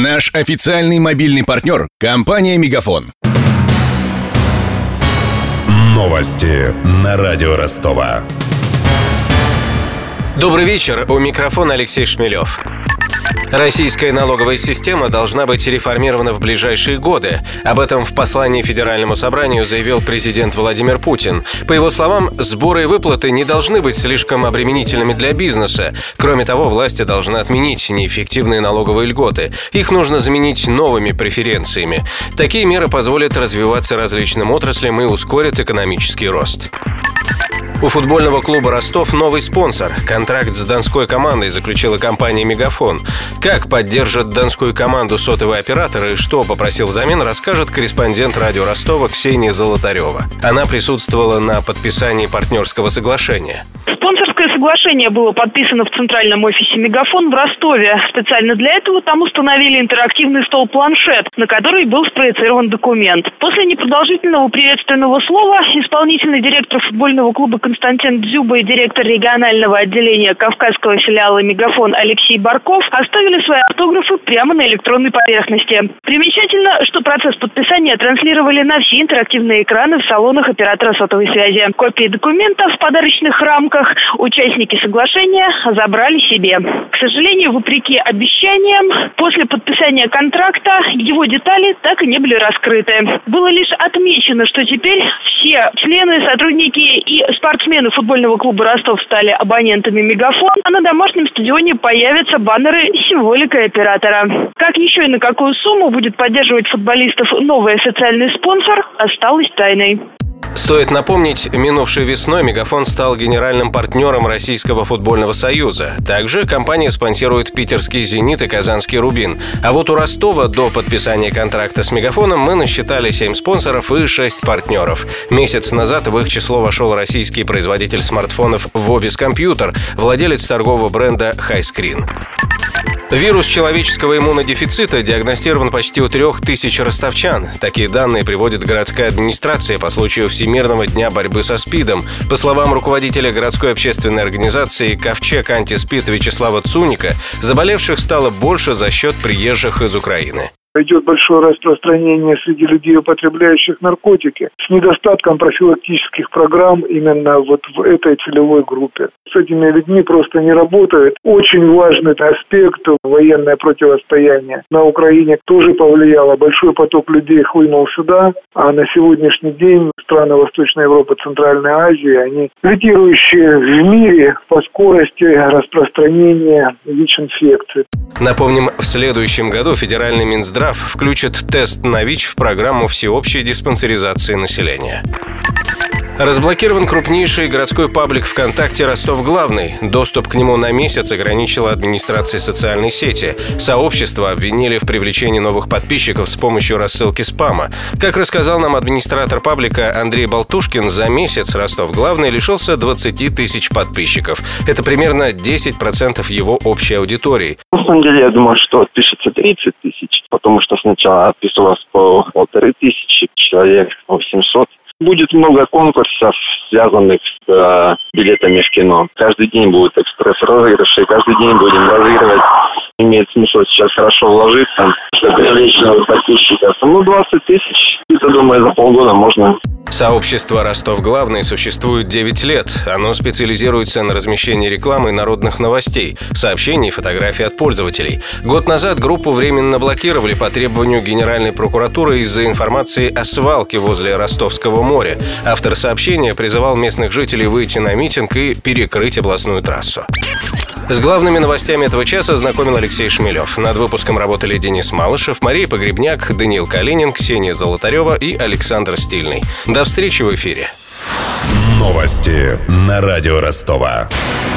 Наш официальный мобильный партнер – компания «Мегафон». Новости на радио Ростова. Добрый вечер, у микрофона Алексей Шмелев. Российская налоговая система должна быть реформирована в ближайшие годы. Об этом в послании Федеральному собранию заявил президент Владимир Путин. По его словам, сборы и выплаты не должны быть слишком обременительными для бизнеса. Кроме того, власти должны отменить неэффективные налоговые льготы. Их нужно заменить новыми преференциями. Такие меры позволят развиваться различным отраслям и ускорят экономический рост. У футбольного клуба «Ростов» новый спонсор. Контракт с донской командой заключила компания «Мегафон». Как поддержит донскую команду сотовый оператор и что попросил взамен, расскажет корреспондент радио Ростова Ксения Золотарева. Она присутствовала на подписании партнерского соглашения. Спонсорское соглашение было подписано в центральном офисе «Мегафон» в Ростове. Специально для этого там установили интерактивный стол-планшет, на который был спроецирован документ. После непродолжительного приветственного слова исполнительный директор футбольного клуба Константин Дзюба и директор регионального отделения Кавказского филиала «Мегафон» Алексей Барков оставили свои автографы прямо на электронной поверхности. Примечательно, что процесс подписания транслировали на все интерактивные экраны в салонах оператора сотовой связи. Копии документов в подарочных рамках участники соглашения забрали себе. К сожалению, вопреки обещаниям, после подписания контракта его детали так и не были раскрыты. Было лишь отмечено, что теперь все члены, сотрудники и спортсмены футбольного клуба «Ростов» стали абонентами «Мегафон», а на домашнем стадионе появятся баннеры с символикой оператора. Как еще и на какую сумму будет поддерживать футболистов новый официальный спонсор, осталось тайной. Стоит напомнить, минувшей весной «Мегафон» стал генеральным партнером Российского футбольного союза. Также компания спонсирует питерский «Зенит» и казанский «Рубин». А вот у Ростова до подписания контракта с «Мегафоном» мы насчитали 7 спонсоров и 6 партнеров. Месяц назад в их число вошел российский производитель смартфонов Vobis Computer, владелец торгового бренда HiScreen. Вирус человеческого иммунодефицита диагностирован почти у 3000 ростовчан. Такие данные приводит городская администрация по случаю Всемирного дня борьбы со СПИДом. По словам руководителя городской общественной организации «Ковчег Антиспид» Вячеслава Цуника, заболевших стало больше за счет приезжих из Украины. Идет большое распространение среди людей, употребляющих наркотики, с недостатком профилактических программ именно вот в этой целевой группе. С этими людьми просто не работает. Очень важный аспект – военное противостояние. На Украине тоже повлияло. Большой поток людей хлынул сюда, а на сегодняшний день страны Восточной Европы, Центральной Азии, они лидирующие в мире по скорости распространения ВИЧ-инфекции. Напомним, в следующем году федеральный Минздрав включит тест на ВИЧ в программу всеобщей диспансеризации населения. Разблокирован крупнейший городской паблик ВКонтакте «Ростов Главный». Доступ к нему на месяц ограничила администрация социальной сети. Сообщество обвинили в привлечении новых подписчиков с помощью рассылки спама. Как рассказал нам администратор паблика Андрей Болтушкин, за месяц «Ростов Главный» лишился 20 тысяч подписчиков. Это примерно 10% его общей аудитории. На самом деле, я думаю, что отпишется 30 тысяч, потому что сначала отписывалось по 1500 человек, 800. Будет много конкурсов, связанных с билетами в кино. Каждый день будут экспресс-розыгрыши, каждый день будем разыгрывать. Имеет смысл сейчас хорошо вложиться, чтобы привлечь новых подписчиков. 20 тысяч, это, думаю, за полгода можно. Сообщество «Ростов Главный» существует 9 лет. Оно специализируется на размещении рекламы и народных новостей, сообщений и фотографий от пользователей. Год назад группу временно блокировали по требованию Генеральной прокуратуры из-за информации о свалке возле Ростовского моря. Автор сообщения призывал местных жителей выйти на митинг и перекрыть областную трассу. С главными новостями этого часа знакомил Алексей Шмелев. Над выпуском работали Денис Малышев, Мария Погребняк, Даниил Калинин, Ксения Золотарева и Александр Стильный. До встречи в эфире. Новости на радио Ростова.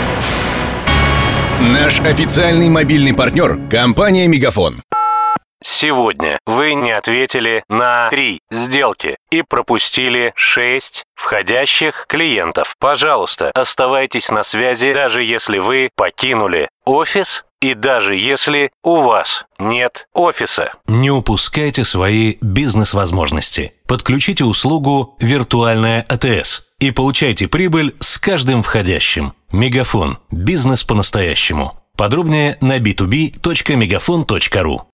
Наш официальный мобильный партнер – компания «Мегафон». Сегодня вы не ответили на 3 сделки и пропустили 6 входящих клиентов. Пожалуйста, оставайтесь на связи, даже если вы покинули офис и даже если у вас нет офиса. Не упускайте свои бизнес-возможности. Подключите услугу «Виртуальная АТС» и получайте прибыль с каждым входящим. Мегафон. Бизнес по-настоящему. Подробнее на b2b.megafon.ru.